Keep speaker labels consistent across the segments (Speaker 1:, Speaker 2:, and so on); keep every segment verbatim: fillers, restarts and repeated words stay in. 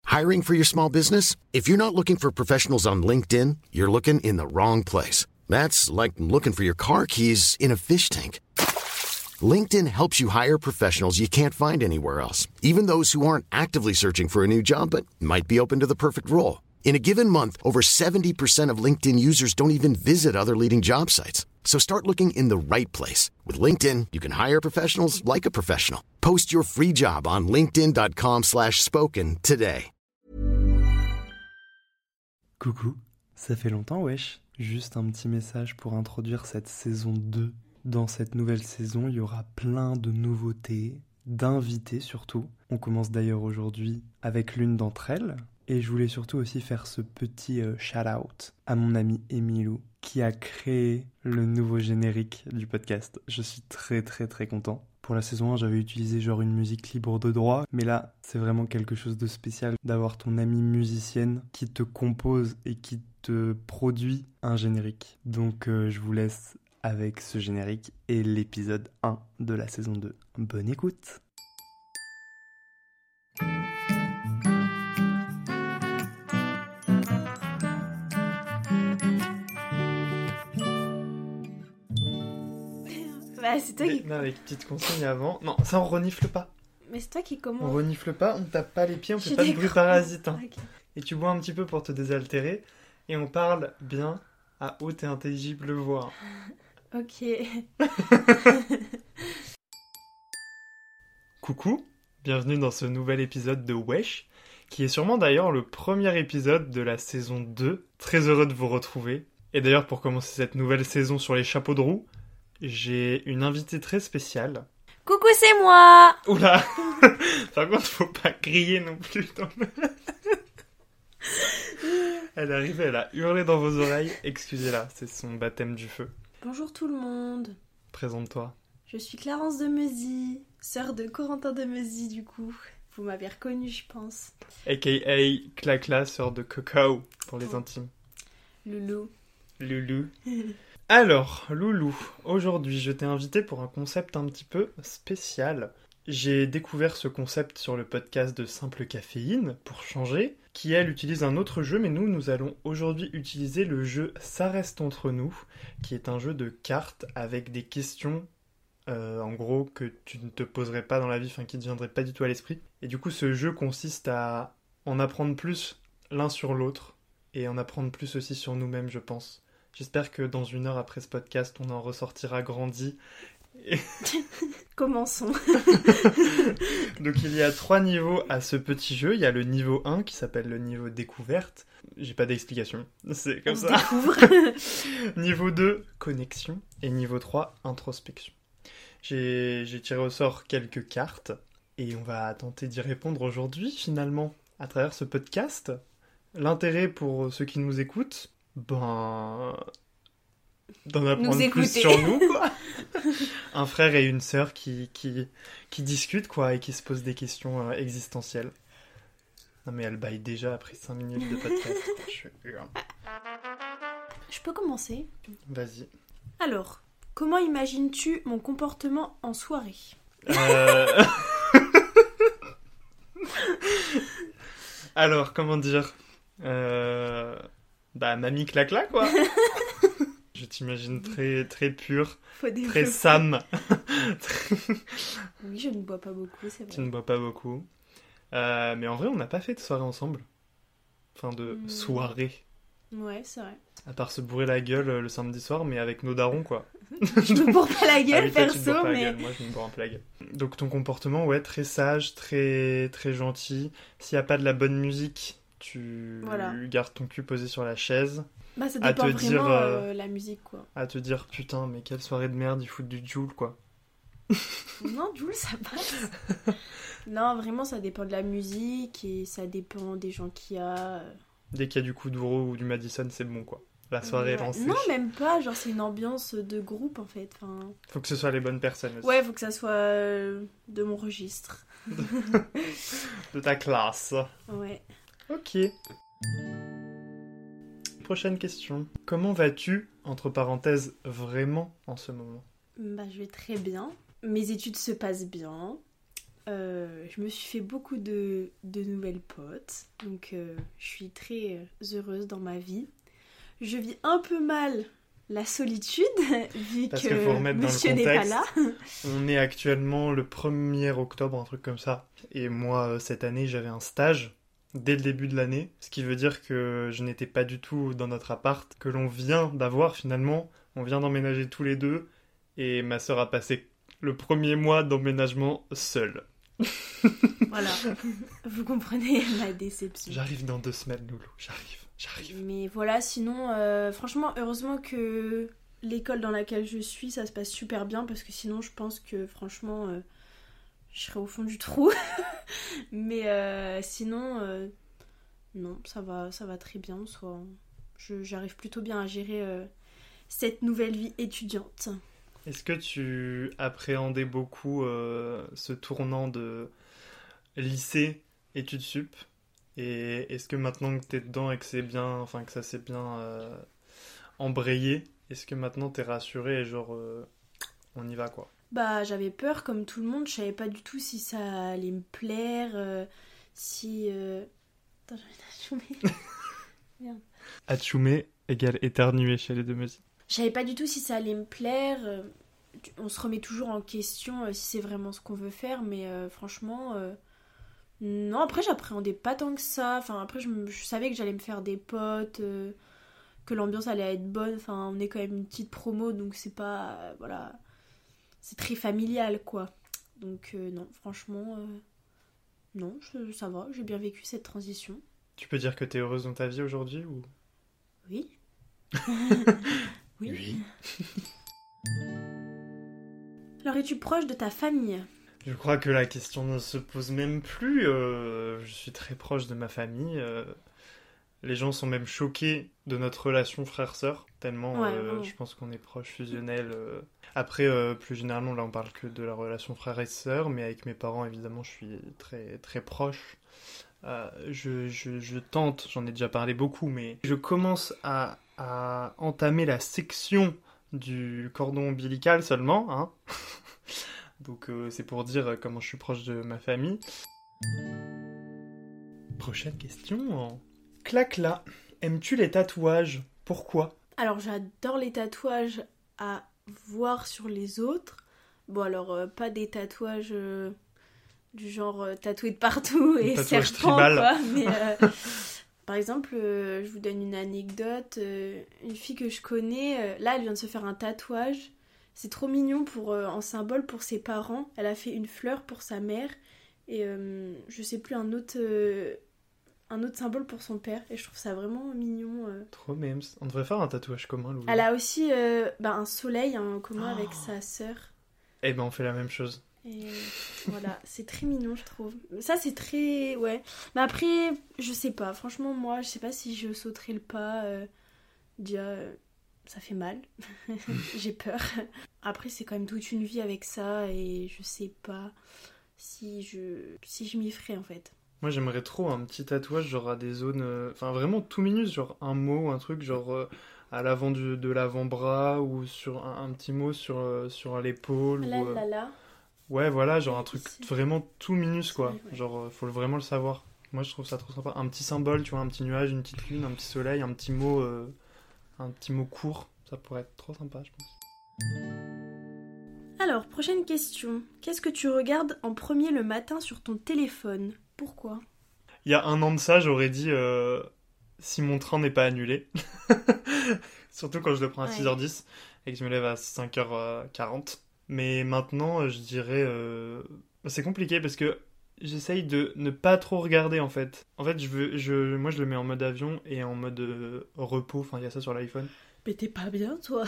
Speaker 1: Hiring for your small business? If you're not looking for professionals on LinkedIn, you're looking in the wrong place. That's like looking for your car keys in a fish tank. LinkedIn helps you hire professionals you can't find anywhere else, even those who aren't actively searching for a new job but might be open to the perfect role. In a given month, over seventy percent of LinkedIn users don't even visit other leading job sites. So start looking in the right place. With LinkedIn, you can hire professionals like a professional. Post your free job on linkedin.com slash spoken today.
Speaker 2: Coucou, ça fait longtemps wesh. Juste un petit message pour introduire cette saison deux. Dans cette nouvelle saison, il y aura plein de nouveautés, d'invités surtout. On commence d'ailleurs aujourd'hui avec l'une d'entre elles. Et je voulais surtout aussi faire ce petit euh, shout-out à mon ami Emilou qui a créé le nouveau générique du podcast. Je suis très très très content. Pour la saison un, j'avais utilisé genre une musique libre de droit, mais là, c'est vraiment quelque chose de spécial d'avoir ton amie musicienne qui te compose et qui te produit un générique. Donc euh, je vous laisse avec ce générique et l'épisode un de la saison deux. Bonne écoute!
Speaker 3: Bah, c'est toi qui...
Speaker 2: Non, avec petite consigne avant. Non, ça on renifle pas.
Speaker 3: Mais c'est toi qui commence.
Speaker 2: On renifle pas, on tape pas les pieds, on
Speaker 3: Je
Speaker 2: fait pas de bruit
Speaker 3: d'accord.
Speaker 2: parasite. Hein.
Speaker 3: Okay.
Speaker 2: Et tu bois un petit peu pour te désaltérer. Et on parle bien à haute et intelligible voix.
Speaker 3: Ok.
Speaker 2: Coucou, bienvenue dans ce nouvel épisode de Wesh, qui est sûrement d'ailleurs le premier épisode de la saison deux. Très heureux de vous retrouver. Et d'ailleurs, pour commencer cette nouvelle saison sur les chapeaux de roue, j'ai une invitée très spéciale.
Speaker 3: Coucou, c'est moi.
Speaker 2: Oula. Par contre, faut pas crier non plus. Dans le... Elle est arrivée, elle a hurlé dans vos oreilles. Excusez-la, c'est son baptême du feu.
Speaker 3: Bonjour tout le monde.
Speaker 2: Présente-toi.
Speaker 3: Je suis Clarence de Meuzy, sœur de Corentin de Meuzy du coup. Vous m'avez reconnue, je pense.
Speaker 2: A K A Clacla, sœur de Coco, pour les
Speaker 3: Oh.
Speaker 2: intimes.
Speaker 3: Loulou.
Speaker 2: Loulou. Alors, Loulou, aujourd'hui je t'ai invité pour un concept un petit peu spécial. J'ai découvert ce concept sur le podcast de Simple Caféine, pour changer, qui elle utilise un autre jeu, mais nous, nous allons aujourd'hui utiliser le jeu Ça reste entre nous, qui est un jeu de cartes avec des questions, euh, en gros, que tu ne te poserais pas dans la vie, enfin qui ne te viendraient pas du tout à l'esprit. Et du coup, ce jeu consiste à en apprendre plus l'un sur l'autre, et en apprendre plus aussi sur nous-mêmes, je pense. J'espère que dans une heure après ce podcast, on en ressortira grandi. Et...
Speaker 3: Commençons.
Speaker 2: Donc il y a trois niveaux à ce petit jeu. Il y a le niveau un qui s'appelle le niveau découverte. J'ai pas d'explication, c'est comme
Speaker 3: On
Speaker 2: ça.
Speaker 3: se découvre.
Speaker 2: Niveau deux, connexion. Et niveau trois, introspection. J'ai, j'ai tiré au sort quelques cartes. Et on va tenter d'y répondre aujourd'hui, finalement, à travers ce podcast. L'intérêt pour ceux qui nous écoutent, ben... d'en apprendre
Speaker 3: Nous
Speaker 2: plus
Speaker 3: écouter.
Speaker 2: sur nous, quoi. Un frère et une sœur qui, qui, qui discutent, quoi, et qui se posent des questions euh, existentielles. Non mais elle baille déjà après cinq minutes de podcast, quoi. Je suis...
Speaker 3: Je peux commencer?
Speaker 2: Vas-y.
Speaker 3: Alors, comment imagines-tu mon comportement en soirée?
Speaker 2: Euh... Alors, comment dire euh... Bah, mamie clacla, quoi. Je t'imagine très, très pur,
Speaker 3: Faut
Speaker 2: très
Speaker 3: développer.
Speaker 2: Sam.
Speaker 3: Oui, je ne bois pas beaucoup, c'est vrai.
Speaker 2: Tu ne bois pas beaucoup. Euh, mais en vrai, on n'a pas fait de soirée ensemble. Enfin, de
Speaker 3: Mm.
Speaker 2: soirée.
Speaker 3: Ouais, c'est vrai.
Speaker 2: À part se bourrer la gueule euh, le samedi soir, mais avec nos darons, quoi.
Speaker 3: Je me bourre pas la
Speaker 2: Ah
Speaker 3: gueule,
Speaker 2: oui, toi, tu te bourres
Speaker 3: perso,
Speaker 2: pas la
Speaker 3: mais...
Speaker 2: gueule. Moi, je me bourre un peu la gueule. Donc, ton comportement, ouais, très sage, très, très gentil. S'il n'y a pas de la bonne musique, tu
Speaker 3: Voilà.
Speaker 2: gardes ton cul posé sur la chaise.
Speaker 3: Bah, ça
Speaker 2: à
Speaker 3: dépend
Speaker 2: te
Speaker 3: vraiment
Speaker 2: dire, euh,
Speaker 3: euh, la musique, quoi.
Speaker 2: À te dire, putain, mais quelle soirée de merde, ils foutent du Joule, quoi.
Speaker 3: Non, Jules, ça passe. Non, vraiment, ça dépend de la musique et ça dépend des gens qu'il y a.
Speaker 2: Dès qu'il y a du Kuduro ou du Madison, c'est bon, quoi. La soirée est
Speaker 3: Ouais.
Speaker 2: lancée.
Speaker 3: Non, même pas. Genre, c'est une ambiance de groupe, en fait. Enfin...
Speaker 2: Faut que ce soit les bonnes personnes aussi.
Speaker 3: Ouais, faut que ça soit euh, de mon registre.
Speaker 2: De ta classe.
Speaker 3: Ouais.
Speaker 2: Ok. Prochaine question. Comment vas-tu, entre parenthèses, vraiment en ce moment ?
Speaker 3: Bah, je vais très bien. Mes études se passent bien. Euh, je me suis fait beaucoup de, de nouvelles potes, donc euh, je suis très euh, heureuse dans ma vie. Je vis un peu mal la solitude, vu
Speaker 2: Parce
Speaker 3: que
Speaker 2: qu'il faut remettre dans le
Speaker 3: monsieur n'est pas
Speaker 2: contexte.
Speaker 3: là.
Speaker 2: On est actuellement le premier octobre, un truc comme ça. Et moi, euh, cette année, j'avais un stage dès le début de l'année. Ce qui veut dire que je n'étais pas du tout dans notre appart, que l'on vient d'avoir finalement. On vient d'emménager tous les deux. Et ma sœur a passé le premier mois d'emménagement seule.
Speaker 3: Voilà, vous comprenez ma déception.
Speaker 2: J'arrive dans deux semaines, Loulou. J'arrive, j'arrive.
Speaker 3: Mais voilà, sinon, euh, franchement, heureusement que l'école dans laquelle je suis, ça se passe super bien, parce que sinon, je pense que, franchement, euh, je serais au fond du trou. Mais euh, sinon, euh, non, ça va, ça va très bien. Soit, je, j'arrive plutôt bien à gérer euh, cette nouvelle vie étudiante.
Speaker 2: Est-ce que tu appréhendais beaucoup euh, ce tournant de lycée, études sup? Et est-ce que maintenant que t'es dedans et que c'est bien, enfin que ça s'est bien euh, embrayé, est-ce que maintenant t'es rassurée et genre euh, on y va quoi?
Speaker 3: Bah, j'avais peur comme tout le monde, je savais pas du tout si ça allait me plaire, euh, si... Euh... Attends, j'ai envie d'achoumer. Merde.
Speaker 2: Achoumer égale éternuer chez les deux musiques.
Speaker 3: Je savais pas du tout si ça allait me plaire, euh, on se remet toujours en question euh, si c'est vraiment ce qu'on veut faire, mais euh, franchement... Euh... Non, après j'appréhendais pas tant que ça, enfin après je, me- je savais que j'allais me faire des potes, euh, que l'ambiance allait être bonne, enfin on est quand même une petite promo, donc c'est pas... euh, voilà... C'est très familial, quoi. Donc, euh, non, franchement, euh, non, je- ça va, j'ai bien vécu cette transition.
Speaker 2: Tu peux dire que t'es heureuse dans ta vie aujourd'hui ou...
Speaker 3: Oui. Oui. Alors, es-tu proche de ta famille?
Speaker 2: Je crois que la question ne se pose même plus. euh, je suis très proche de ma famille. euh, les gens sont même choqués de notre relation frère-sœur, tellement
Speaker 3: Ouais,
Speaker 2: euh,
Speaker 3: vraiment.
Speaker 2: je pense qu'on est proches fusionnels. euh. Après, euh, plus généralement, là on parle que de la relation frère et sœur, mais avec mes parents, évidemment, je suis très, très proche. Euh, je, je, je tente, j'en ai déjà parlé beaucoup, mais je commence à, à entamer la section du cordon ombilical seulement, hein. Donc euh, c'est pour dire comment je suis proche de ma famille. Prochaine question. Clac là. Aimes-tu les tatouages? Pourquoi?
Speaker 3: Alors, j'adore les tatouages à voir sur les autres. Bon, alors, euh, pas des tatouages euh, du genre euh, tatoués de partout
Speaker 2: Des
Speaker 3: et
Speaker 2: tatouages
Speaker 3: serpents,
Speaker 2: tribal.
Speaker 3: quoi. Mais, euh, par exemple, euh, je vous donne une anecdote. euh, une fille que je connais, euh, là, elle vient de se faire un tatouage. C'est trop mignon pour, euh, en symbole pour ses parents. Elle a fait une fleur pour sa mère. Et euh, je sais plus, un autre, euh, un autre symbole pour son père. Et je trouve ça vraiment mignon. euh.
Speaker 2: Trop memes. On devrait faire un tatouage commun, Louis.
Speaker 3: Elle a aussi euh, bah, un soleil en commun
Speaker 2: Oh.
Speaker 3: avec sa sœur.
Speaker 2: Eh ben on fait la même chose.
Speaker 3: Et euh, voilà, c'est très mignon, je trouve. Ça, c'est très... Ouais. Mais après, je sais pas. Franchement, moi, je sais pas si je sauterai le pas. euh, Déjà, euh, ça fait mal. J'ai peur. Après, c'est quand même toute une vie avec ça. Et je sais pas si je, si je m'y ferai, en fait.
Speaker 2: Moi j'aimerais trop un petit tatouage genre à des zones... euh, Enfin vraiment tout minus, genre un mot, un truc genre euh, à l'avant du, de l'avant-bras ou sur un, un petit mot sur, euh, sur l'épaule.
Speaker 3: Là,
Speaker 2: ou, euh,
Speaker 3: là, là.
Speaker 2: Ouais voilà, genre un truc
Speaker 3: Ici.
Speaker 2: vraiment tout minus quoi.
Speaker 3: Ouais, ouais.
Speaker 2: Genre euh, faut vraiment le savoir. Moi je trouve ça trop sympa. Un petit symbole, tu vois, un petit nuage, une petite lune, un petit soleil, un petit mot, euh, un petit mot court. Ça pourrait être trop sympa je pense.
Speaker 3: Alors, prochaine question. Qu'est-ce que tu regardes en premier le matin sur ton téléphone? Pourquoi?
Speaker 2: Il y a un an de ça, j'aurais dit euh, si mon train n'est pas annulé. Surtout quand je le prends à
Speaker 3: Ouais.
Speaker 2: six heures dix et que je me lève à cinq heures quarante. Mais maintenant, euh, je dirais... euh, C'est compliqué parce que j'essaye de ne pas trop regarder en fait. En fait, je veux, je, moi je le mets en mode avion et en mode euh, repos. Enfin, il y a ça sur l'iPhone.
Speaker 3: Mais t'es pas bien, toi?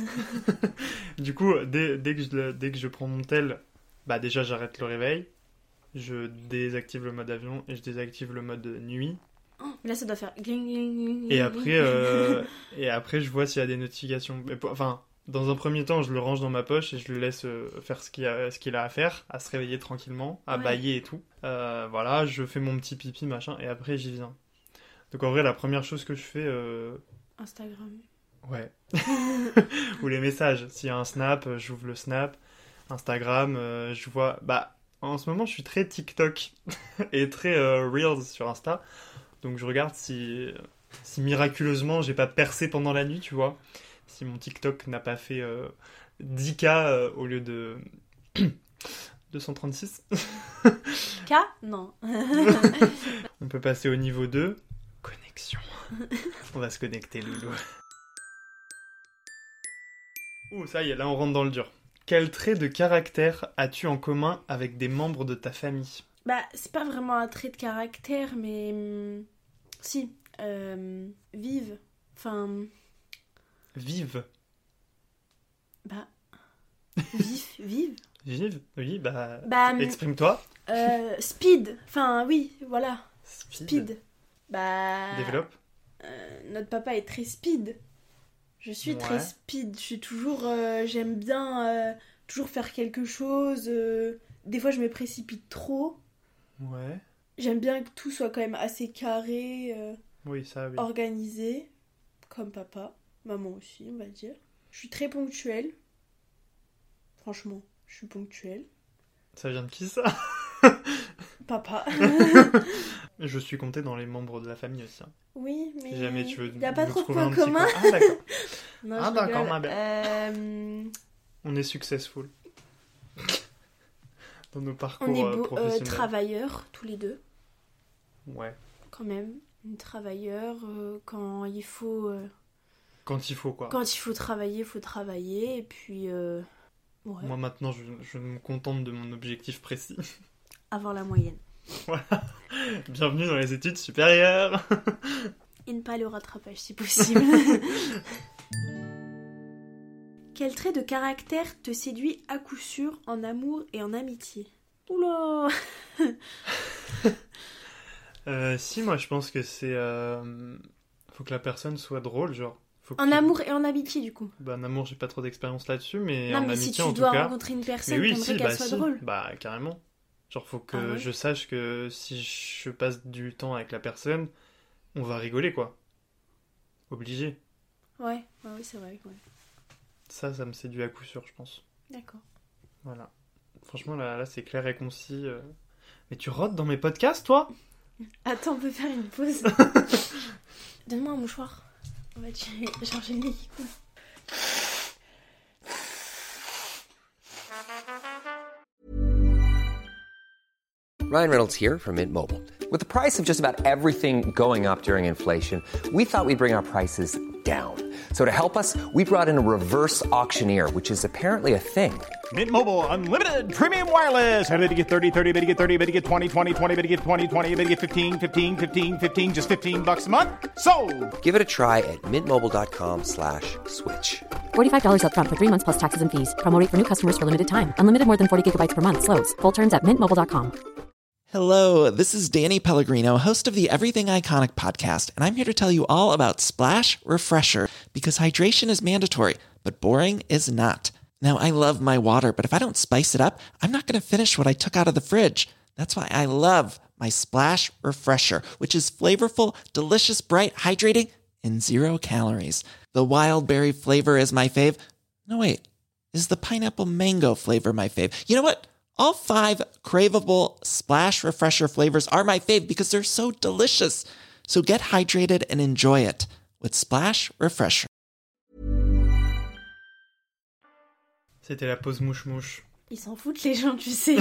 Speaker 2: Du coup, dès, dès, que je, le- dès que je prends mon tel, bah déjà j'arrête le réveil. Je désactive le mode avion et je désactive le mode nuit.
Speaker 3: Là, ça doit faire... gling, gling, gling,
Speaker 2: Et
Speaker 3: gling,
Speaker 2: après,
Speaker 3: gling.
Speaker 2: euh, et après, je vois s'il y a des notifications. Mais pour- Enfin, dans un premier temps, je le range dans ma poche et je le laisse euh, faire ce qu'il a, ce qu'il a à faire, à se réveiller tranquillement, à
Speaker 3: Ouais.
Speaker 2: bâiller et tout. Euh, voilà, je fais mon petit pipi, machin, et après, j'y viens. Donc en vrai, la première chose que je fais... euh,
Speaker 3: Instagram.
Speaker 2: Ouais. Ou les messages. S'il y a un snap, euh, j'ouvre le snap. Instagram, euh, je vois... Bah, En ce moment, je suis très TikTok et très euh, Reels sur Insta. Donc je regarde si, si miraculeusement j'ai pas percé pendant la nuit, tu vois. Si mon TikTok n'a pas fait euh, dix K euh, au lieu de deux cent trente-six.
Speaker 3: K ? Non.
Speaker 2: On peut passer au niveau deux. Connexion. On va se connecter, Loulou. Ouh, ça y est, là on rentre dans le dur. Quel trait de caractère as-tu en commun avec des membres de ta famille ?
Speaker 3: Bah, c'est pas vraiment un trait de caractère, mais... hum, si. Euh, vive. Enfin...
Speaker 2: Vive.
Speaker 3: Bah... Vif, vive.
Speaker 2: Vive ? Oui, bah...
Speaker 3: Bah...
Speaker 2: Exprime-toi.
Speaker 3: Euh, speed. Enfin, oui, voilà.
Speaker 2: Speed.
Speaker 3: Speed. Bah...
Speaker 2: Développe.
Speaker 3: Euh, notre papa est très speed. Je suis
Speaker 2: Ouais.
Speaker 3: très speed. Je suis toujours... euh, j'aime bien euh, toujours faire quelque chose. euh, des fois, je me précipite trop.
Speaker 2: Ouais.
Speaker 3: J'aime bien que tout soit quand même assez carré, euh,
Speaker 2: Oui, ça, oui.
Speaker 3: organisé. Comme papa. Maman aussi, on va dire. Je suis très ponctuelle. Franchement, je suis ponctuelle.
Speaker 2: Ça vient de qui, ça ?
Speaker 3: Papa.
Speaker 2: Je suis compté dans les membres de la famille aussi. hein.
Speaker 3: Oui, mais...
Speaker 2: Si jamais tu veux
Speaker 3: il n'y a pas
Speaker 2: nous
Speaker 3: trop de
Speaker 2: trouver
Speaker 3: points
Speaker 2: un petit
Speaker 3: communs.
Speaker 2: coin. Ah, d'accord.
Speaker 3: Non,
Speaker 2: Ah,
Speaker 3: je
Speaker 2: d'accord,
Speaker 3: rigole.
Speaker 2: ma belle.
Speaker 3: Euh,
Speaker 2: On est successful. Dans nos parcours
Speaker 3: on est
Speaker 2: euh,
Speaker 3: beau, euh,
Speaker 2: professionnels.
Speaker 3: travailleurs, tous les deux.
Speaker 2: Ouais.
Speaker 3: Quand même. Travailleurs, euh, quand il faut... euh,
Speaker 2: Quand il faut, quoi.
Speaker 3: Quand il faut travailler, il faut travailler. Et puis... euh, ouais,
Speaker 2: Moi, maintenant, je, je me contente de mon objectif précis.
Speaker 3: avoir la moyenne.
Speaker 2: Voilà. Bienvenue dans les études supérieures.
Speaker 3: Et ne pas aller au rattrapage, si possible. Quel trait de caractère te séduit à coup sûr en amour et en amitié ? Oula.
Speaker 2: euh, si, moi, je pense que c'est... Euh... Faut que la personne soit drôle, genre. Faut
Speaker 3: En
Speaker 2: qu'il-
Speaker 3: amour et en amitié, du coup.
Speaker 2: Bah, en amour, j'ai pas trop d'expérience là-dessus, mais
Speaker 3: non,
Speaker 2: en
Speaker 3: mais
Speaker 2: amitié,
Speaker 3: si tu
Speaker 2: en
Speaker 3: dois
Speaker 2: tout cas...
Speaker 3: rencontrer une personne,
Speaker 2: Mais oui,
Speaker 3: t'aimerais
Speaker 2: si,
Speaker 3: qu'elle
Speaker 2: bah
Speaker 3: soit
Speaker 2: si.
Speaker 3: drôle.
Speaker 2: Bah, carrément. Genre, faut que
Speaker 3: Ah ouais.
Speaker 2: je sache que si je passe du temps avec la personne, on va rigoler, quoi. Obligé.
Speaker 3: Ouais, ouais, oui, c'est vrai. Ouais.
Speaker 2: Ça, ça me séduit à coup sûr, je pense.
Speaker 3: D'accord.
Speaker 2: Voilà. Franchement, là, là c'est clair et concis. euh. Mais tu rotes dans mes podcasts, toi ?
Speaker 3: Attends, on peut faire une pause. Donne-moi un mouchoir. On va tirer- charger le nez qui coule.
Speaker 4: Ryan Reynolds here from Mint Mobile. With the price of just about everything going up during inflation, we thought we'd bring our prices down. So to help us, we brought in a reverse auctioneer, which is apparently a thing.
Speaker 5: Mint Mobile Unlimited Premium Wireless. How to get thirty, thirty, bit to get thirty, bit to get twenty, twenty, twenty, bit to get twenty, twenty, bit to get fifteen, fifteen, fifteen, fifteen, just fifteen bucks a month? Sold!
Speaker 4: Give it a try at mintmobile.com slash switch.
Speaker 6: forty-five dollars up front for three months plus taxes and fees. Promo rate for new customers for limited time. Unlimited more than forty gigabytes per month. Slows full terms at mint mobile dot com.
Speaker 7: Hello, this is Danny Pellegrino, host of the Everything Iconic podcast, and I'm here to tell you all about Splash Refresher, because hydration is mandatory, but boring is not. Now, I love my water, but if I don't spice it up, I'm not going to finish what I took out of the fridge. That's why I love my Splash Refresher, which is flavorful, delicious, bright, hydrating, and zero calories. The wild berry flavor is my fave. No, wait, is the pineapple mango flavor my fave? You know what? All five craveable Splash Refresher flavors are my fave because they're so delicious. So get hydrated and enjoy it with Splash Refresher.
Speaker 2: C'était la pause mouche-mouche.
Speaker 3: Ils s'en foutent, les gens, tu sais.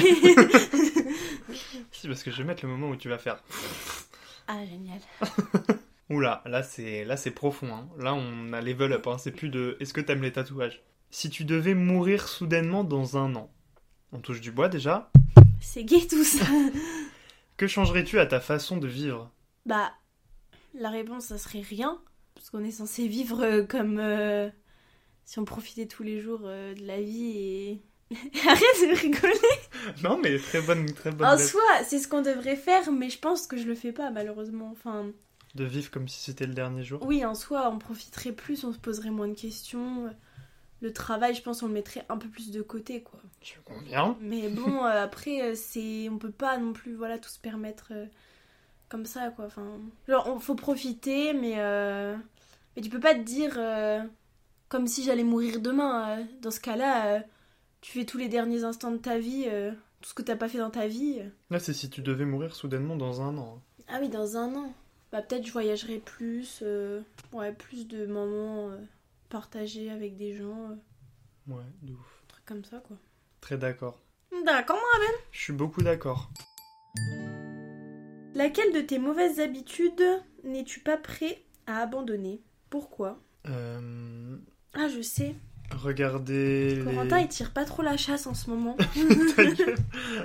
Speaker 2: Si, parce que je vais mettre le moment où tu vas faire...
Speaker 3: Ah, génial.
Speaker 2: Oula, là c'est là c'est profond. Hein. Là on a level up. Hein. C'est plus de est-ce que t'aimes les tatouages. Si tu devais mourir soudainement dans un an, on touche du bois déjà.
Speaker 3: C'est gay tout ça.
Speaker 2: Que changerais-tu à ta façon de vivre ?
Speaker 3: Bah, la réponse, ça serait rien. Parce qu'on est censé vivre euh, comme euh, si on profitait tous les jours euh, de la vie et... Arrête de rigoler.
Speaker 2: Non mais très bonne, très bonne.
Speaker 3: En
Speaker 2: rêve.
Speaker 3: soi, c'est ce qu'on devrait faire, mais je pense que je le fais pas, malheureusement. Enfin,
Speaker 2: De vivre comme si c'était le dernier jour.
Speaker 3: oui, en soi, on profiterait plus, on se poserait moins de questions. Le travail, je pense, on le mettrait un peu plus de côté, quoi.
Speaker 2: Je conviens.
Speaker 3: Mais bon, euh, après, euh, c'est... on peut pas non plus, voilà, tout se permettre euh, comme ça, quoi. Enfin, genre, on... faut profiter, mais... Euh... Mais tu peux pas te dire... euh, comme si j'allais mourir demain. euh. Dans ce cas-là, euh, tu fais tous les derniers instants de ta vie... euh, tout ce que t'as pas fait dans ta vie.
Speaker 2: Là, c'est si tu devais mourir soudainement dans un an.
Speaker 3: Ah oui, dans un an. Bah peut-être je voyagerai plus, euh, ouais, plus de moments euh, partagés avec des gens, euh,
Speaker 2: Ouais, de ouf.
Speaker 3: trucs comme ça quoi.
Speaker 2: Très d'accord.
Speaker 3: D'accord, moi, Ben.
Speaker 2: Je suis beaucoup d'accord.
Speaker 3: Laquelle de tes mauvaises habitudes n'es-tu pas prêt à abandonner? Pourquoi?
Speaker 2: Euh...
Speaker 3: Ah, je sais.
Speaker 2: Regardez
Speaker 3: Corentin,
Speaker 2: les...
Speaker 3: il tire pas trop la chasse en ce moment.
Speaker 2: Ta gueule.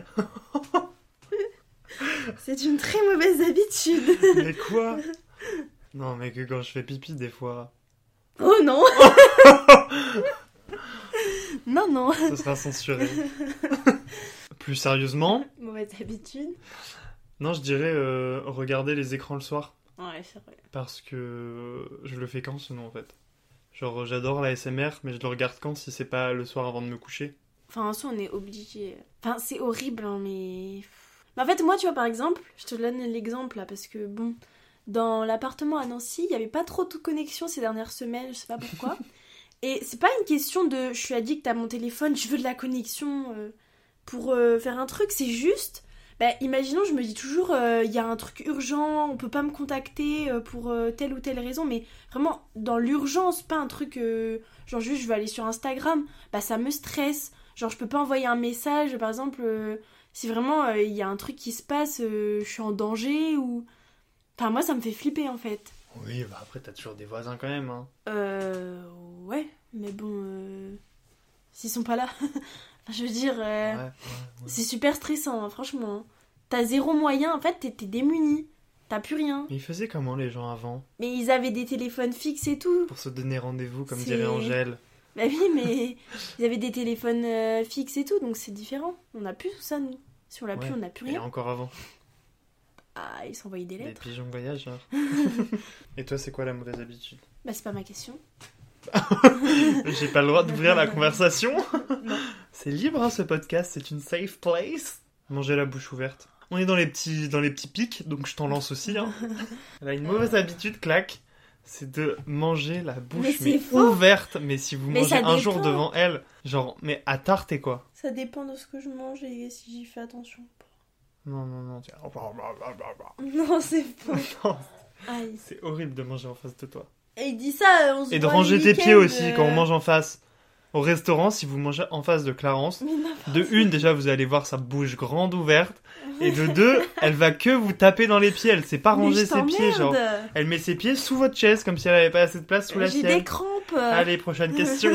Speaker 3: C'est une très mauvaise habitude.
Speaker 2: Mais quoi? Non, mais que quand je fais pipi, des fois...
Speaker 3: Oh non. Non, non.
Speaker 2: Ça sera censuré. Plus sérieusement,
Speaker 3: Mauvaise habitude.
Speaker 2: non, je dirais euh, regarder les écrans le soir.
Speaker 3: Ouais, c'est vrai.
Speaker 2: Parce que je le fais quand sinon, en fait. Genre, j'adore la A S M R, mais je le regarde quand si c'est pas le soir avant de me coucher.
Speaker 3: Enfin, en soi, on est obligé. Enfin, c'est horrible, hein, mais... mais... En fait, moi, tu vois, par exemple, je te donne l'exemple, là, parce que, bon, dans l'appartement à Nancy, il y avait pas trop de connexion ces dernières semaines, je sais pas pourquoi. Et c'est pas une question de « je suis addict à mon téléphone, je veux de la connexion euh, pour euh, faire un truc », c'est juste... Bah, imaginons, je me dis toujours, il euh, y a un truc urgent, on peut pas me contacter euh, pour euh, telle ou telle raison, mais vraiment dans l'urgence, pas un truc euh, genre juste je veux aller sur Instagram, bah ça me stresse. Genre je peux pas envoyer un message, par exemple, euh, si vraiment il euh, y a un truc qui se passe, euh, je suis en danger ou... Enfin moi ça me fait flipper en fait.
Speaker 2: Oui, bah après t'as toujours des voisins quand même, hein.
Speaker 3: Euh... Ouais, mais bon... Euh... S'ils sont pas là... Je veux dire, euh,
Speaker 2: Ouais, ouais, ouais.
Speaker 3: c'est super stressant, hein, franchement. T'as zéro moyen, en fait, t'es, t'es démuni. T'as plus rien.
Speaker 2: Mais ils faisaient comment les gens avant?
Speaker 3: Mais ils avaient des téléphones fixes et tout.
Speaker 2: Pour se donner rendez-vous, comme
Speaker 3: C'est-
Speaker 2: dirait Angèle.
Speaker 3: Bah oui, mais ils avaient des téléphones euh, fixes et tout, donc c'est différent. On a plus tout ça, nous. Si on l'a plus,
Speaker 2: Ouais.
Speaker 3: on n'a plus
Speaker 2: Et
Speaker 3: rien.
Speaker 2: encore avant.
Speaker 3: Ah, ils s'envoyaient des
Speaker 2: Des
Speaker 3: lettres.
Speaker 2: pigeons voyageurs. Et toi, c'est quoi la mauvaise habitude?
Speaker 3: Bah c'est pas ma question.
Speaker 2: J'ai pas le droit d'ouvrir la conversation.
Speaker 3: Non.
Speaker 2: C'est libre, hein, ce podcast, c'est une safe place. Manger la bouche ouverte. On est dans les petits, dans les petits pics, donc je t'en lance aussi. Hein. Elle a une mauvaise habitude, claque, c'est de manger la bouche
Speaker 3: Mais
Speaker 2: mais
Speaker 3: c'est faux.
Speaker 2: ouverte. Mais si vous
Speaker 3: Mais
Speaker 2: mangez
Speaker 3: ça
Speaker 2: un jour
Speaker 3: dépend.
Speaker 2: devant elle, genre, mais à tarte et quoi?
Speaker 3: Ça dépend de ce que je mange et si j'y fais attention.
Speaker 2: Non, non, non. tu-
Speaker 3: Non, c'est pas.
Speaker 2: Non,
Speaker 3: Aïe.
Speaker 2: c'est horrible de manger en face de toi.
Speaker 3: Et il dit ça, on se
Speaker 2: Et de
Speaker 3: voit
Speaker 2: ranger
Speaker 3: les
Speaker 2: tes pieds
Speaker 3: week-ends,
Speaker 2: aussi
Speaker 3: euh,
Speaker 2: quand on mange en face. Au restaurant, si vous mangez en face de Clarence,
Speaker 3: Mais n'importe
Speaker 2: de une, déjà, vous allez voir sa bouche grande ouverte. Et de deux, elle va que vous taper dans les pieds. Elle sait pas
Speaker 3: Mais
Speaker 2: ranger
Speaker 3: je
Speaker 2: ses pieds, genre.
Speaker 3: t'emmerde.
Speaker 2: Elle met ses pieds sous votre chaise comme si elle avait pas assez de place sous la
Speaker 3: J'ai
Speaker 2: sienne.
Speaker 3: des crampes.
Speaker 2: Allez, prochaine question.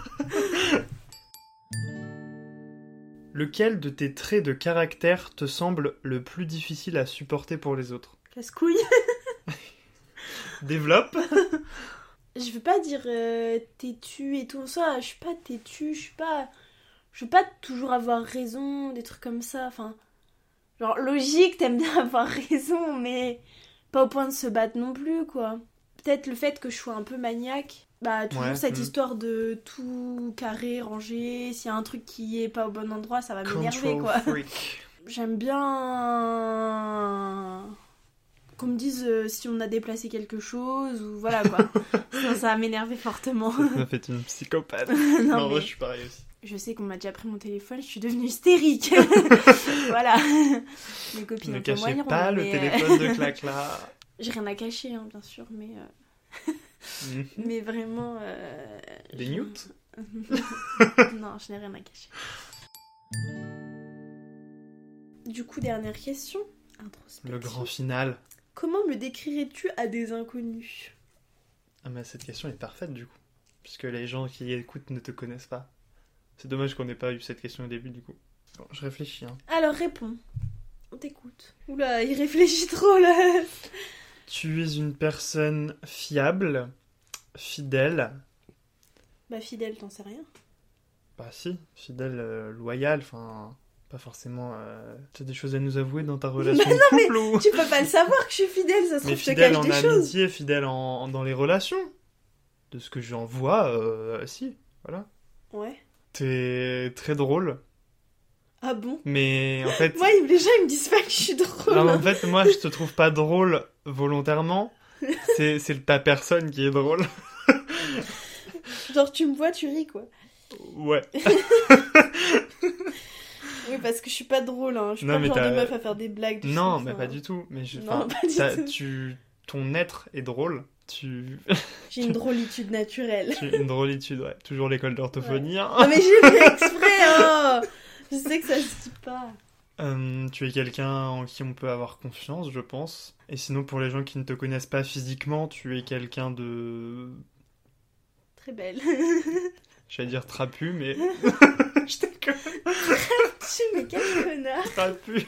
Speaker 2: Lequel de tes traits de caractère te semble le plus difficile à supporter pour les autres?
Speaker 3: Casse-couille.
Speaker 2: Développe.
Speaker 3: Je veux pas dire euh, têtu et tout ça, je suis pas têtu, je suis pas... Je veux pas toujours avoir raison, des trucs comme ça, enfin... Genre, logique, t'aimes bien avoir raison, mais pas au point de se battre non plus, quoi. Peut-être le fait que je sois un peu maniaque, bah toujours
Speaker 2: Ouais,
Speaker 3: cette
Speaker 2: mm.
Speaker 3: histoire de tout carré, rangé, s'il y a un truc qui est pas au bon endroit, ça va m'énerver,
Speaker 2: Control
Speaker 3: quoi.
Speaker 2: freak.
Speaker 3: J'aime bien qu'on me dise euh, si on a déplacé quelque chose ou voilà quoi. Sinon ça va m'énerver fortement.
Speaker 2: Ça fait une psychopathe.
Speaker 3: Non,
Speaker 2: Non, moi
Speaker 3: mais
Speaker 2: je suis pareil aussi.
Speaker 3: je sais qu'on m'a déjà pris mon téléphone, je suis devenue hystérique. Voilà. Mes copines
Speaker 2: Ne
Speaker 3: en
Speaker 2: cachez
Speaker 3: témoigneront,
Speaker 2: pas le
Speaker 3: mais, euh,
Speaker 2: téléphone de claque là.
Speaker 3: J'ai rien à cacher hein, bien sûr, mais euh,
Speaker 2: Mhm.
Speaker 3: mais vraiment. Euh...
Speaker 2: Des
Speaker 3: je-
Speaker 2: newts
Speaker 3: Non, je n'ai rien à cacher. Du coup, dernière question. Introspective.
Speaker 2: Le grand final.
Speaker 3: Comment me décrirais-tu à des inconnus?
Speaker 2: Ah mais cette question est parfaite du coup. Puisque les gens qui écoutent ne te connaissent pas. C'est dommage qu'on n'ait pas eu cette question au début du coup. Bon, je réfléchis hein.
Speaker 3: Alors réponds. On t'écoute. Oula, il réfléchit trop là.
Speaker 2: Tu es une personne fiable, fidèle.
Speaker 3: Bah fidèle, t'en sais rien.
Speaker 2: Bah si, fidèle, euh, loyale, enfin... Pas forcément... Euh... T'as des choses à nous avouer dans ta relation
Speaker 3: Mais
Speaker 2: de
Speaker 3: non, mais
Speaker 2: couple ou...
Speaker 3: Tu peux pas le savoir que je suis fidèle, ça se
Speaker 2: Mais
Speaker 3: trouve je te
Speaker 2: fidèle
Speaker 3: cache
Speaker 2: en
Speaker 3: des choses.
Speaker 2: amitié, fidèle en, en- dans les relations. De ce que j'en vois, euh, si, voilà.
Speaker 3: Ouais.
Speaker 2: T'es très drôle,
Speaker 3: Ah bon?
Speaker 2: mais en fait...
Speaker 3: Moi, les gens ils me disent pas que je suis drôle.
Speaker 2: Non, mais en fait, moi, je te trouve pas drôle volontairement. C'est, c'est ta personne qui est drôle.
Speaker 3: Genre tu me vois, tu ris quoi.
Speaker 2: Ouais.
Speaker 3: Oui, parce que je suis pas drôle, hein. Je suis
Speaker 8: Non,
Speaker 3: pas
Speaker 8: mais
Speaker 3: le genre
Speaker 8: t'as-
Speaker 3: de meuf à faire des blagues. du
Speaker 8: Non,
Speaker 3: style,
Speaker 8: mais
Speaker 3: enfin.
Speaker 8: pas du tout. Mais je...
Speaker 3: Non,
Speaker 8: enfin,
Speaker 3: pas du
Speaker 8: ça-
Speaker 3: tout.
Speaker 8: tu... Ton être est drôle. Tu...
Speaker 3: J'ai une drôlitude naturelle.
Speaker 8: tu... Une drôlitude, ouais. Toujours l'école d'orthophonie. Hein.
Speaker 3: Non, mais j'ai fait exprès, hein. Je sais que ça se dit pas.
Speaker 8: Euh, tu es quelqu'un en qui on peut avoir confiance, je pense. Et sinon, pour les gens qui ne te connaissent pas physiquement, tu es quelqu'un de...
Speaker 3: Très belle.
Speaker 8: J'allais dire trapu, mais... je déconne.
Speaker 3: Tu mais quel connard.
Speaker 8: Trapu.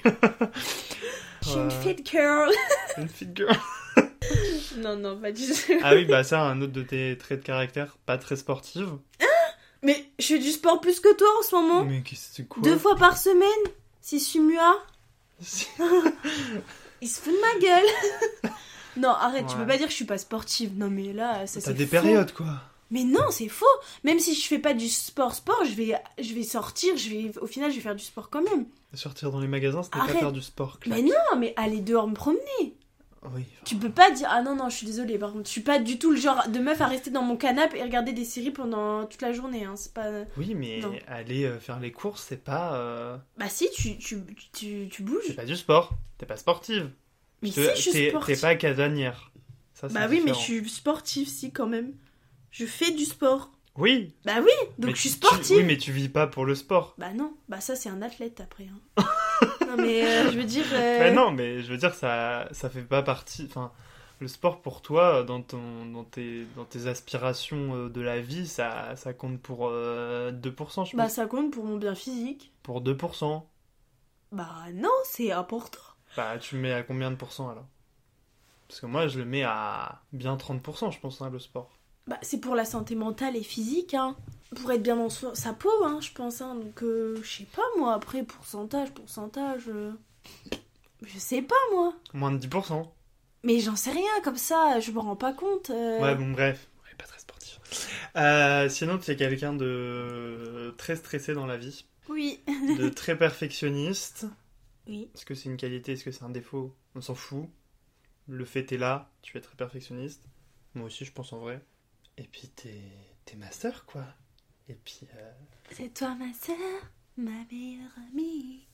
Speaker 3: Je suis une
Speaker 8: Ouais.
Speaker 3: fit girl.
Speaker 8: Une fit girl.
Speaker 3: Non, non, pas du tout.
Speaker 8: Ah oui, bah ça, un autre de tes traits de caractère, pas très sportive.
Speaker 3: Mais je fais du sport plus que toi en ce moment.
Speaker 8: Mais qu'est-ce que c'est quoi?
Speaker 3: Deux fois par semaine. Si je suis muat.
Speaker 8: Si-
Speaker 3: Il se fout de ma gueule. Non, arrête, tu
Speaker 8: Ouais.
Speaker 3: peux pas dire que je suis pas sportive. Non, mais là, ça
Speaker 8: T'as
Speaker 3: c'est
Speaker 8: des
Speaker 3: faux.
Speaker 8: périodes, quoi.
Speaker 3: Mais non, c'est faux. Même si je fais pas du sport sport, je vais je vais sortir, je vais au final je vais faire du sport quand même.
Speaker 8: Sortir dans les magasins, c'était pas
Speaker 3: Arrête.
Speaker 8: faire du sport, claque.
Speaker 3: Mais non, mais aller dehors me promener.
Speaker 8: Oui.
Speaker 3: Tu peux pas dire ah non non, je suis désolée par contre, je suis pas du tout le genre de meuf à rester dans mon canapé et regarder des séries pendant toute la journée hein, c'est pas
Speaker 8: Oui, mais
Speaker 3: Non.
Speaker 8: aller euh, faire les courses, c'est pas... euh,
Speaker 3: Bah si, tu tu tu, tu bouges.
Speaker 8: C'est pas du sport. T'es pas sportive.
Speaker 3: Mais
Speaker 8: Te-
Speaker 3: si, je suis
Speaker 8: t'es-
Speaker 3: sportive.
Speaker 8: T'es pas casanière. Ça, c'est
Speaker 3: Bah oui, mais
Speaker 8: différent.
Speaker 3: je suis sportive si quand même. Je fais du sport.
Speaker 8: Oui.
Speaker 3: Bah oui, donc
Speaker 8: mais
Speaker 3: je suis
Speaker 8: tu-
Speaker 3: sportive.
Speaker 8: Oui, mais tu vis pas pour le sport.
Speaker 3: Bah non, bah ça c'est un athlète après. Hein. Non mais euh, je veux dire. euh,
Speaker 8: Mais non, mais je veux dire, ça, ça fait pas partie... Enfin, le sport pour toi, dans, ton, dans, tes, dans tes aspirations euh, de la vie, ça, ça compte pour euh, deux pour cent, je
Speaker 3: Bah
Speaker 8: pense.
Speaker 3: ça compte pour mon bien physique.
Speaker 8: Pour deux pour cent.
Speaker 3: Bah non, c'est important.
Speaker 8: Bah, tu le mets à combien de pourcents, alors? Parce que moi, je le mets à bien trente pour cent, je pense, hein, le sport.
Speaker 3: Bah c'est pour la santé mentale et physique, hein. Pour être bien dans so- sa peau, hein, je pense. Hein. Donc euh, je sais pas moi, après pourcentage, pourcentage... euh, Je sais pas moi.
Speaker 8: Moins de dix pour cent.
Speaker 3: Mais j'en sais rien, comme ça, je me rends pas compte. euh.
Speaker 8: Ouais, bon, bref. Ouais, pas très sportif. Euh, sinon, tu es quelqu'un de très stressé dans la vie,
Speaker 3: Oui.
Speaker 8: de très perfectionniste.
Speaker 3: Oui.
Speaker 8: Est-ce que c'est une qualité, est-ce que c'est un défaut? On s'en fout. Le fait est là, tu es très perfectionniste. Moi aussi, je pense en vrai. Et puis, t'es, t'es ma sœur, quoi. Et puis... euh,
Speaker 3: C'est toi ma sœur, ma meilleure amie.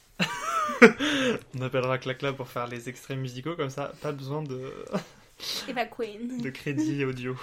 Speaker 8: On appellera Clacla pour faire les extraits musicaux, comme ça, pas besoin de,
Speaker 3: Eva Queen.
Speaker 8: de crédit audio.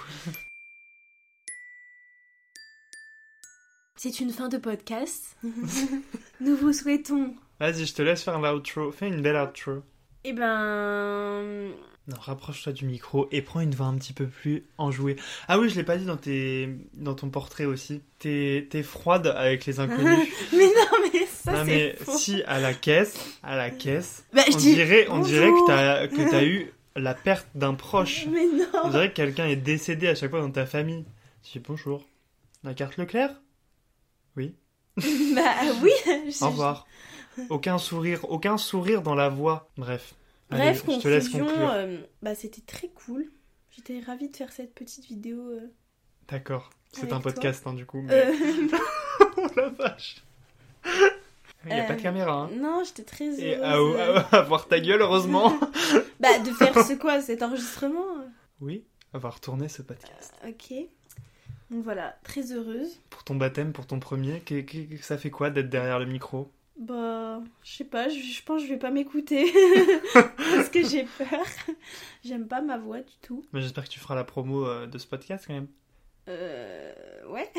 Speaker 3: C'est une fin de podcast. Nous vous souhaitons...
Speaker 8: Vas-y, je te laisse faire l'outro. Fais une belle outro.
Speaker 3: Eh ben...
Speaker 8: Non, rapproche-toi du micro et prends une voix un petit peu plus enjouée. Ah oui, je l'ai pas dit dans, tes... dans ton portrait aussi. T'es, t'es froide avec les inconnus.
Speaker 3: Mais non, mais ça
Speaker 8: non
Speaker 3: c'est
Speaker 8: mais
Speaker 3: faux.
Speaker 8: si, à la caisse, à la caisse,
Speaker 3: Bah, je
Speaker 8: on,
Speaker 3: dis
Speaker 8: dirait, on dirait
Speaker 3: bonjour.
Speaker 8: que t'as, que t'as eu la perte d'un proche.
Speaker 3: Mais non.
Speaker 8: On dirait que quelqu'un est décédé à chaque fois dans ta famille. Tu dis bonjour. La carte Leclerc? Oui.
Speaker 3: Bah oui. je-
Speaker 8: Au revoir. Aucun sourire, aucun sourire dans la voix. Bref.
Speaker 3: Bref,
Speaker 8: Allez, je te laisse
Speaker 3: conclusion,
Speaker 8: conclure.
Speaker 3: euh, bah c'était très cool. J'étais ravie de faire cette petite vidéo. euh.
Speaker 8: D'accord. C'est
Speaker 3: Avec
Speaker 8: un
Speaker 3: toi.
Speaker 8: podcast, hein, du coup. Mais...
Speaker 3: Euh,
Speaker 8: oh la vache. Il n'y a
Speaker 3: Euh,
Speaker 8: pas de caméra, hein.
Speaker 3: Non, j'étais très heureuse.
Speaker 8: Et à,
Speaker 3: euh.
Speaker 8: à- à voir ta gueule, heureusement.
Speaker 3: Bah de faire ce quoi, cet enregistrement. euh.
Speaker 8: Oui, avoir tourné ce podcast.
Speaker 3: Ok. Donc voilà, très heureuse.
Speaker 8: Pour ton baptême, pour ton premier, que- que- que ça fait quoi d'être derrière le micro?
Speaker 3: Bah, je sais pas, je, je pense que je vais pas m'écouter. Parce que j'ai peur. J'aime pas ma voix du tout.
Speaker 8: Mais j'espère que tu feras la promo euh, de ce podcast quand même.
Speaker 3: Euh. Ouais.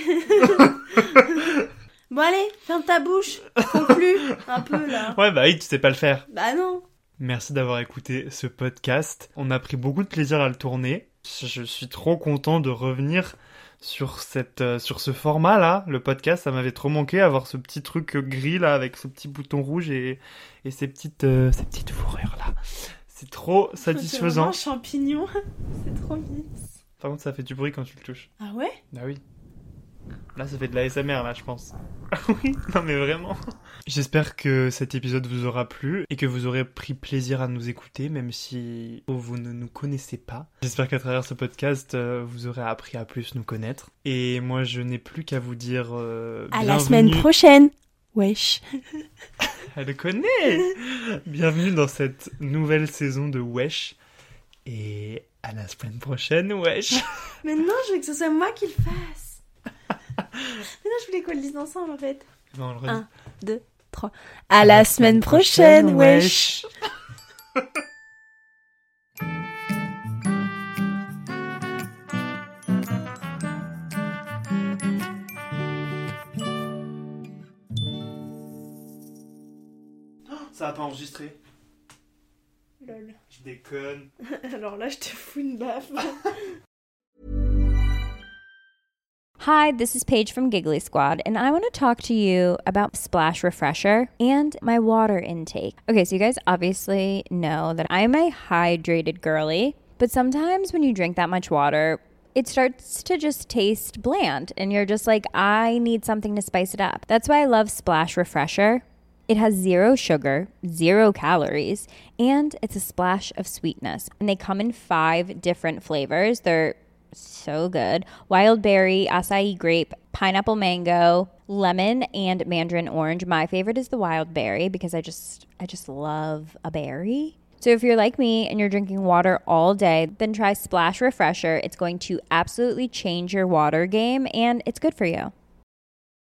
Speaker 3: Bon, allez, ferme ta bouche. Conclue un peu là.
Speaker 8: Ouais, bah oui, tu sais pas le faire.
Speaker 3: Bah non.
Speaker 8: Merci d'avoir écouté ce podcast. On a pris beaucoup de plaisir à le tourner. Je suis trop content de revenir sur cette, euh, sur ce format là, le podcast. Ça m'avait trop manqué, avoir ce petit truc gris là avec ce petit bouton rouge et, et ces petites, euh, ces petites fourrures là. C'est trop
Speaker 3: C'est vraiment
Speaker 8: satisfaisant.
Speaker 3: un champignon. C'est trop vite.
Speaker 8: Par contre, ça fait du bruit quand tu le touches.
Speaker 3: Ah ouais?
Speaker 8: Ah oui. Là, ça fait de la S M R, là, je pense. Ah oui, non mais vraiment. J'espère que cet épisode vous aura plu et que vous aurez pris plaisir à nous écouter, même si vous ne nous connaissez pas. J'espère qu'à travers ce podcast, euh, vous aurez appris à plus nous connaître. Et moi, je n'ai plus qu'à vous dire euh,
Speaker 3: À la
Speaker 8: bienvenue-
Speaker 3: semaine prochaine. Wesh.
Speaker 8: Elle le connaît. Bienvenue dans cette nouvelle saison de Wesh. Et à la semaine prochaine, Wesh.
Speaker 3: Mais non, je veux que ce soit moi qui le fasse. Mais non, je voulais qu'on le dise ensemble en fait.
Speaker 8: Bon, on le redit.
Speaker 3: Un, deux, trois. À la semaine prochaine, wesh.
Speaker 8: Ça a pas enregistré.
Speaker 3: Lol.
Speaker 8: Je déconne.
Speaker 3: Alors là, je te fous une baffe.
Speaker 9: Hi, this is Paige from Giggly Squad, and I want to talk to you about Splash Refresher and my water intake. Okay, so you guys obviously know that I'm a hydrated girly, but sometimes when you drink that much water, it starts to just taste bland, and you're just like, I need something to spice it up. That's why I love Splash Refresher. It has zero sugar, zero calories, and it's a splash of sweetness. And they come in five different flavors. They're so good. Wild berry, acai grape, pineapple mango, lemon, and mandarin orange. My favorite is the wild berry because I just I just love a berry. So if you're like me and you're drinking water all day, then try Splash Refresher. It's going to absolutely change your water game and it's good for you.